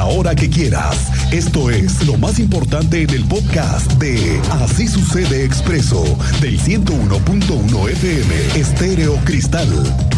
la hora que quieras. Esto es lo más importante en el podcast de Así Sucede Expreso del 101.1 FM Estéreo Cristal.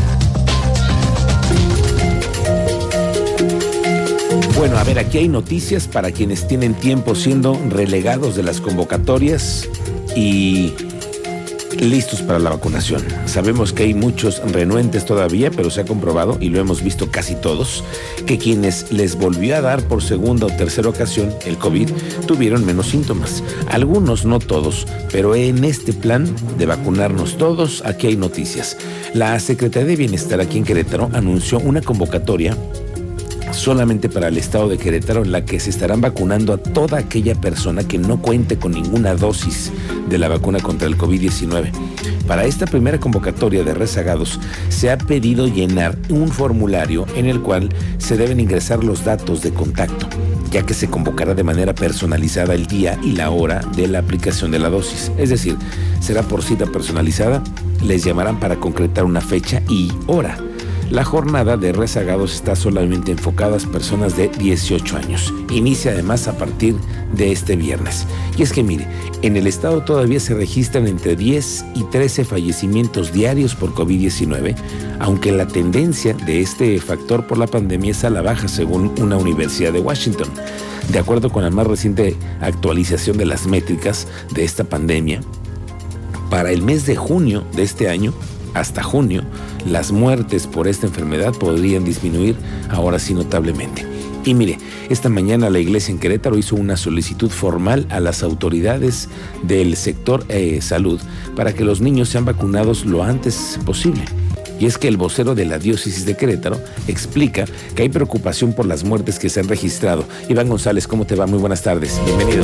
Bueno, a ver, aquí hay noticias para quienes tienen tiempo siendo relegados de las convocatorias y listos para la vacunación. Sabemos que hay muchos renuentes todavía, pero se ha comprobado, y lo hemos visto casi todos, que quienes les volvió a dar por segunda o tercera ocasión el COVID tuvieron menos síntomas. Algunos, no todos, pero en este plan de vacunarnos todos, aquí hay noticias. La Secretaría de Bienestar aquí en Querétaro anunció una convocatoria solamente para el estado de Querétaro, en la que se estarán vacunando a toda aquella persona que no cuente con ninguna dosis de la vacuna contra el COVID-19. Para esta primera convocatoria de rezagados, se ha pedido llenar un formulario en el cual se deben ingresar los datos de contacto, ya que se convocará de manera personalizada el día y la hora de la aplicación de la dosis. Es decir, será por cita personalizada, les llamarán para concretar una fecha y hora. La jornada de rezagados está solamente enfocada a personas de 18 años. Inicia además a partir de este viernes. Y es que mire, en el estado todavía se registran entre 10 y 13 fallecimientos diarios por COVID-19, aunque la tendencia de este factor por la pandemia es a la baja, según una universidad de Washington. De acuerdo con la más reciente actualización de las métricas de esta pandemia, para el mes de junio de este año, hasta junio, las muertes por esta enfermedad podrían disminuir ahora sí notablemente. Y mire, esta mañana la Iglesia en Querétaro hizo una solicitud formal a las autoridades del sector salud para que los niños sean vacunados lo antes posible. Y es que el vocero de la diócesis de Querétaro explica que hay preocupación por las muertes que se han registrado. Iván González, ¿cómo te va? Muy buenas tardes. Bienvenido.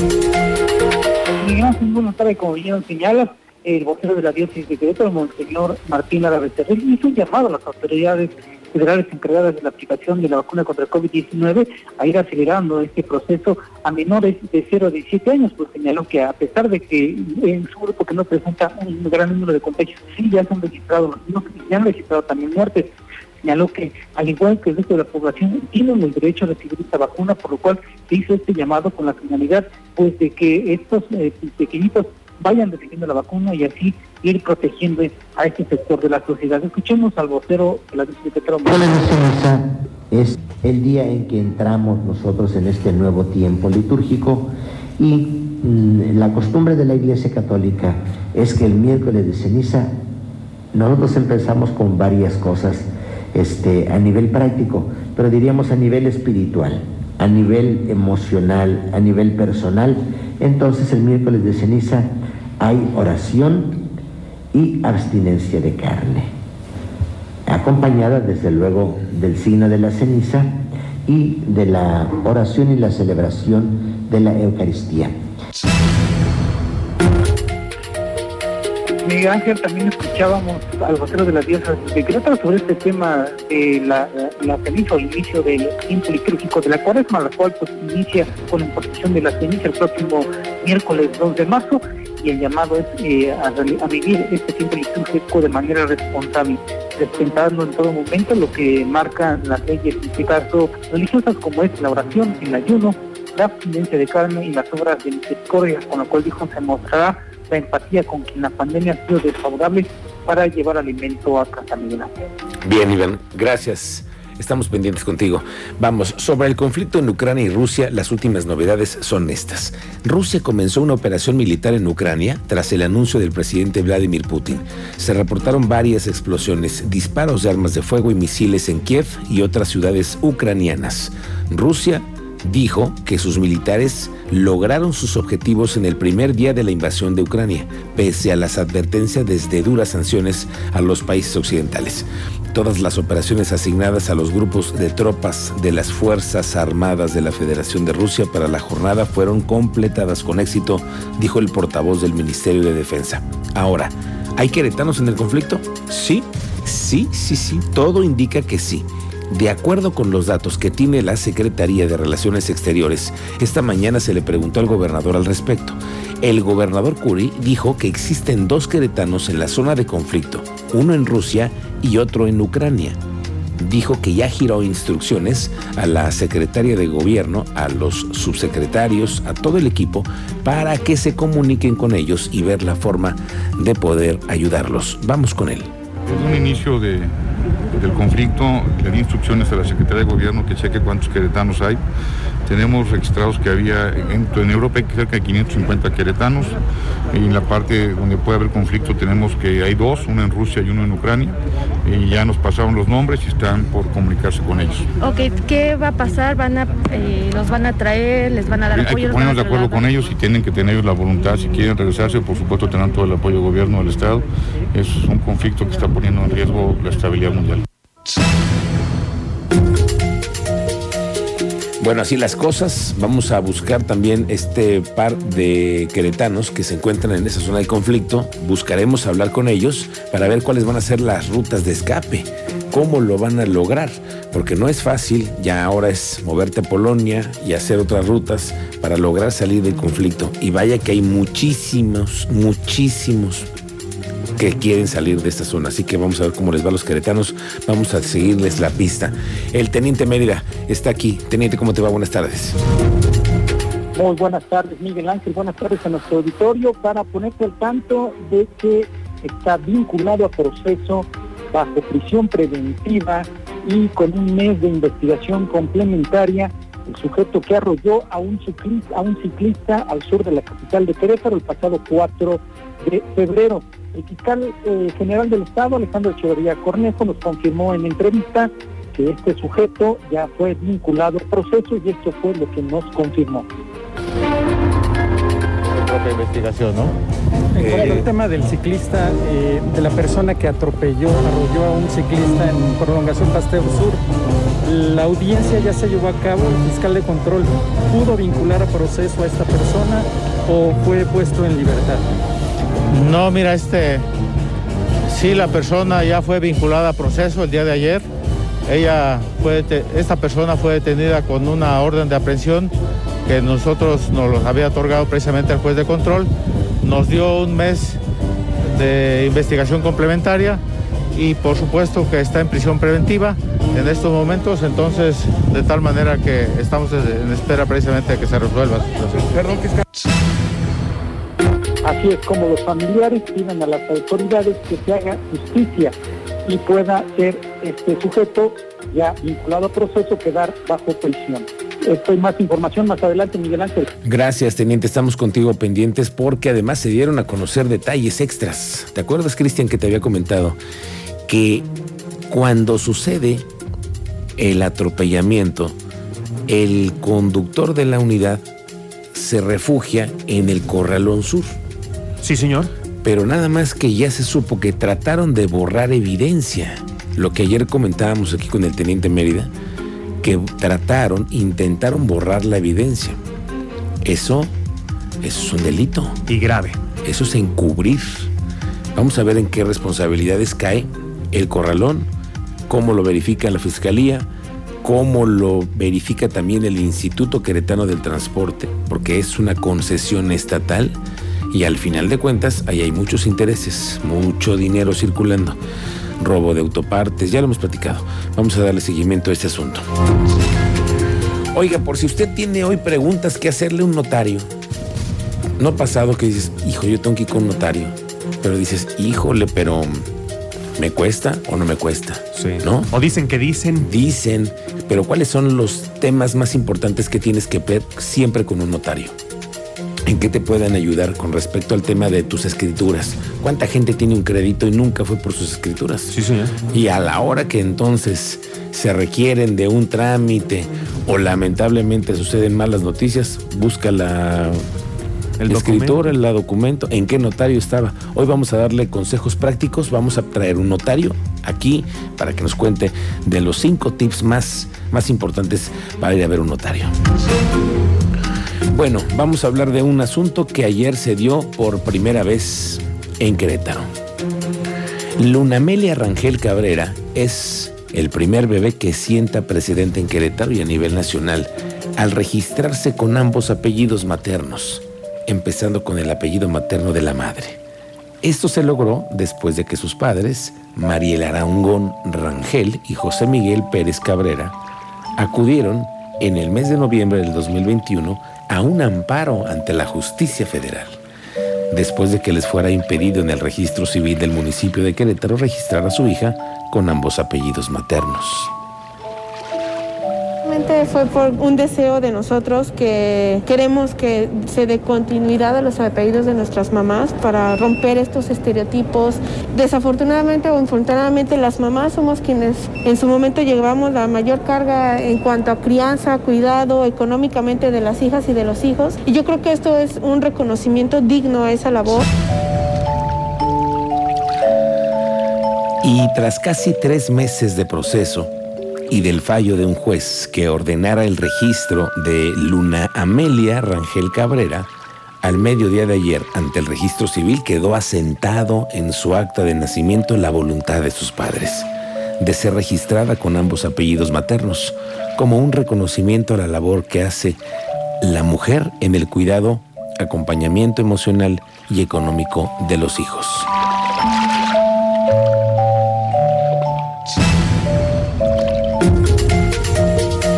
Buenas tardes, como bien señalas. El vocero de la diócesis de Querétaro, Monseñor Martín Lara Becerril, hizo un llamado a las autoridades federales encargadas de la aplicación de la vacuna contra el COVID-19 a ir acelerando este proceso a menores de 0 a 17 años, pues señaló que a pesar de que en su grupo que no presenta un gran número de contagios, sí ya se han registrado los niños y se han registrado también muertes. Señaló que, al igual que el resto de la población, tienen el derecho a recibir esta vacuna, por lo cual se hizo este llamado con la finalidad pues de que estos pequeñitos vayan recibiendo la vacuna y así ir protegiendo a este sector de la sociedad. Escuchemos al vocero de la diócesis de Querétaro. Es el día en que entramos nosotros en este nuevo tiempo litúrgico y la costumbre de la Iglesia Católica es que el miércoles de ceniza nosotros empezamos con varias cosas a nivel práctico, pero diríamos a nivel espiritual, a nivel emocional, a nivel personal. Entonces el miércoles de ceniza hay oración y abstinencia de carne, acompañada desde luego del signo de la ceniza y de la oración y la celebración de la Eucaristía. Miguel Ángel, también escuchábamos al vocero de la diócesis de Querétaro sobre este tema de la ceniza o el inicio del tiempo litúrgico de la Cuaresma, la cual pues inicia con la imposición de la ceniza el próximo miércoles 2 de marzo, y el llamado es a vivir este tiempo litúrgico de manera responsable, respetando en todo momento lo que marcan las leyes, en este caso religiosas, como es la oración, el ayuno, la abstinencia de carne y las obras de misericordia, con lo cual dijo se mostrará la empatía con quien la pandemia ha sido desfavorable para llevar alimento a casa. Bien, Iván, gracias. Estamos pendientes contigo. Vamos, sobre el conflicto en Ucrania y Rusia, las últimas novedades son estas. Rusia comenzó una operación militar en Ucrania tras el anuncio del presidente Vladimir Putin. Se reportaron varias explosiones, disparos de armas de fuego y misiles en Kiev y otras ciudades ucranianas. Rusia dijo que sus militares lograron sus objetivos en el primer día de la invasión de Ucrania, pese a las advertencias desde duras sanciones a los países occidentales. Todas las operaciones asignadas a los grupos de tropas de las Fuerzas Armadas de la Federación de Rusia para la jornada fueron completadas con éxito, dijo el portavoz del Ministerio de Defensa. Ahora, ¿hay queretanos en el conflicto? Sí, todo indica que sí. De acuerdo con los datos que tiene la Secretaría de Relaciones Exteriores, esta mañana se le preguntó al gobernador al respecto. El gobernador Curi dijo que existen 2 queretanos en la zona de conflicto, uno en Rusia y otro en Ucrania. dijo que ya giró instrucciones a la secretaria de gobierno, a los subsecretarios, a todo el equipo, para que se comuniquen con ellos y ver la forma de poder ayudarlos. Vamos con él. Desde un inicio del conflicto, le di instrucciones a la Secretaría de Gobierno que cheque cuántos queretanos hay. Tenemos registrados que había, en Europa hay cerca de 550 queretanos, y en la parte donde puede haber conflicto tenemos que hay dos, uno en Rusia y uno en Ucrania, y ya nos pasaron los nombres y están por comunicarse con ellos. Ok, ¿qué va a pasar? ¿Los van a traer? ¿Les van a dar apoyo? Hay que ponernos de acuerdo con ellos y tienen que tener ellos la voluntad. Si quieren regresarse, por supuesto tendrán todo el apoyo del gobierno del Estado. Es un conflicto que está poniendo en riesgo la estabilidad mundial. Bueno, así las cosas. Vamos a buscar también este par de queretanos que se encuentran en esa zona de conflicto. Buscaremos hablar con ellos para ver cuáles van a ser las rutas de escape, cómo lo van a lograr, porque no es fácil. Ya ahora es moverte a Polonia y hacer otras rutas para lograr salir del conflicto. Y vaya que hay muchísimos que quieren salir de esta zona, así que vamos a ver cómo les va a los queretanos, vamos a seguirles la pista. El Teniente Mérida está aquí. Teniente, ¿cómo te va? Buenas tardes. Muy buenas tardes, Miguel Ángel, buenas tardes a nuestro auditorio. Para ponerte al tanto de que está vinculado a proceso bajo prisión preventiva y con un mes de investigación complementaria el sujeto que arrolló a un ciclista al sur de la capital de Querétaro el pasado 4 de febrero. El fiscal general del Estado, Alejandro Echeverría Cornejo, nos confirmó en entrevista que este sujeto ya fue vinculado al proceso y esto fue lo que nos confirmó. Propia investigación, ¿no? En cuanto al tema del ciclista, de la persona que arrolló a un ciclista en Prolongación Pasteur Sur, la audiencia ya se llevó a cabo. El fiscal de control pudo vincular a proceso a esta persona o fue puesto en libertad. No, mira, sí, la persona ya fue vinculada a proceso el día de ayer. Esta persona fue detenida con una orden de aprehensión que nosotros nos los había otorgado precisamente el juez de control. Nos dio un mes de investigación complementaria y por supuesto que está en prisión preventiva en estos momentos, entonces de tal manera que estamos en espera precisamente de que se resuelva la situación. Perdón, fiscal. Así es como los familiares piden a las autoridades que se haga justicia y pueda ser este sujeto ya vinculado a proceso quedar bajo prisión. Esto y más información más adelante, Miguel Ángel. Gracias, Teniente. Estamos contigo pendientes porque además se dieron a conocer detalles extras. ¿Te acuerdas, Cristian, que te había comentado que cuando sucede el atropellamiento, el conductor de la unidad se refugia en el Corralón Sur? Sí, señor. Pero nada más que ya se supo que trataron de borrar evidencia. Lo que ayer comentábamos aquí con el Teniente Mérida, que intentaron borrar la evidencia. Eso es un delito. Y grave. Eso es encubrir. Vamos a ver en qué responsabilidades cae el Corralón, cómo lo verifica la Fiscalía, cómo lo verifica también el Instituto Queretano del Transporte, porque es una concesión estatal y al final de cuentas ahí hay muchos intereses, mucho dinero circulando. Robo de autopartes, ya lo hemos platicado. Vamos a darle seguimiento a este asunto. Oiga, por si usted tiene hoy preguntas que hacerle a un notario, no ha pasado que dices, hijo, yo tengo que ir con un notario, pero dices, híjole, pero ¿me cuesta o no me cuesta? Sí. ¿No? O dicen que dicen. Dicen, pero ¿cuáles son los temas más importantes que tienes que ver siempre con un notario? ¿En qué te pueden ayudar con respecto al tema de tus escrituras? ¿Cuánta gente tiene un crédito y nunca fue por sus escrituras? Sí, señor. Y a la hora que entonces se requieren de un trámite o lamentablemente suceden malas noticias, busca la escritura, el documento, en qué notario estaba. Hoy vamos a darle consejos prácticos, vamos a traer un notario aquí para que nos cuente de los 5 tips más importantes para ir a ver un notario. Bueno, vamos a hablar de un asunto que ayer se dio por primera vez en Querétaro. Luna Amelia Rangel Cabrera es el primer bebé que sienta precedente en Querétaro y a nivel nacional al registrarse con ambos apellidos maternos, empezando con el apellido materno de la madre. Esto se logró después de que sus padres, Mariel Arangón Rangel y José Miguel Pérez Cabrera, acudieron en el mes de noviembre del 2021 a un amparo ante la Justicia Federal, después de que les fuera impedido en el registro civil del municipio de Querétaro registrar a su hija con ambos apellidos maternos. Fue por un deseo de nosotros que queremos que se dé continuidad a los apellidos de nuestras mamás para romper estos estereotipos. Desafortunadamente o infortunadamente las mamás somos quienes en su momento llevamos la mayor carga en cuanto a crianza, cuidado económicamente de las hijas y de los hijos. Y yo creo que esto es un reconocimiento digno a esa labor. Y tras casi 3 meses de proceso, y del fallo de un juez que ordenara el registro de Luna Amelia Rangel Cabrera, al mediodía de ayer, ante el registro civil, quedó asentado en su acta de nacimiento la voluntad de sus padres de ser registrada con ambos apellidos maternos, como un reconocimiento a la labor que hace la mujer en el cuidado, acompañamiento emocional y económico de los hijos.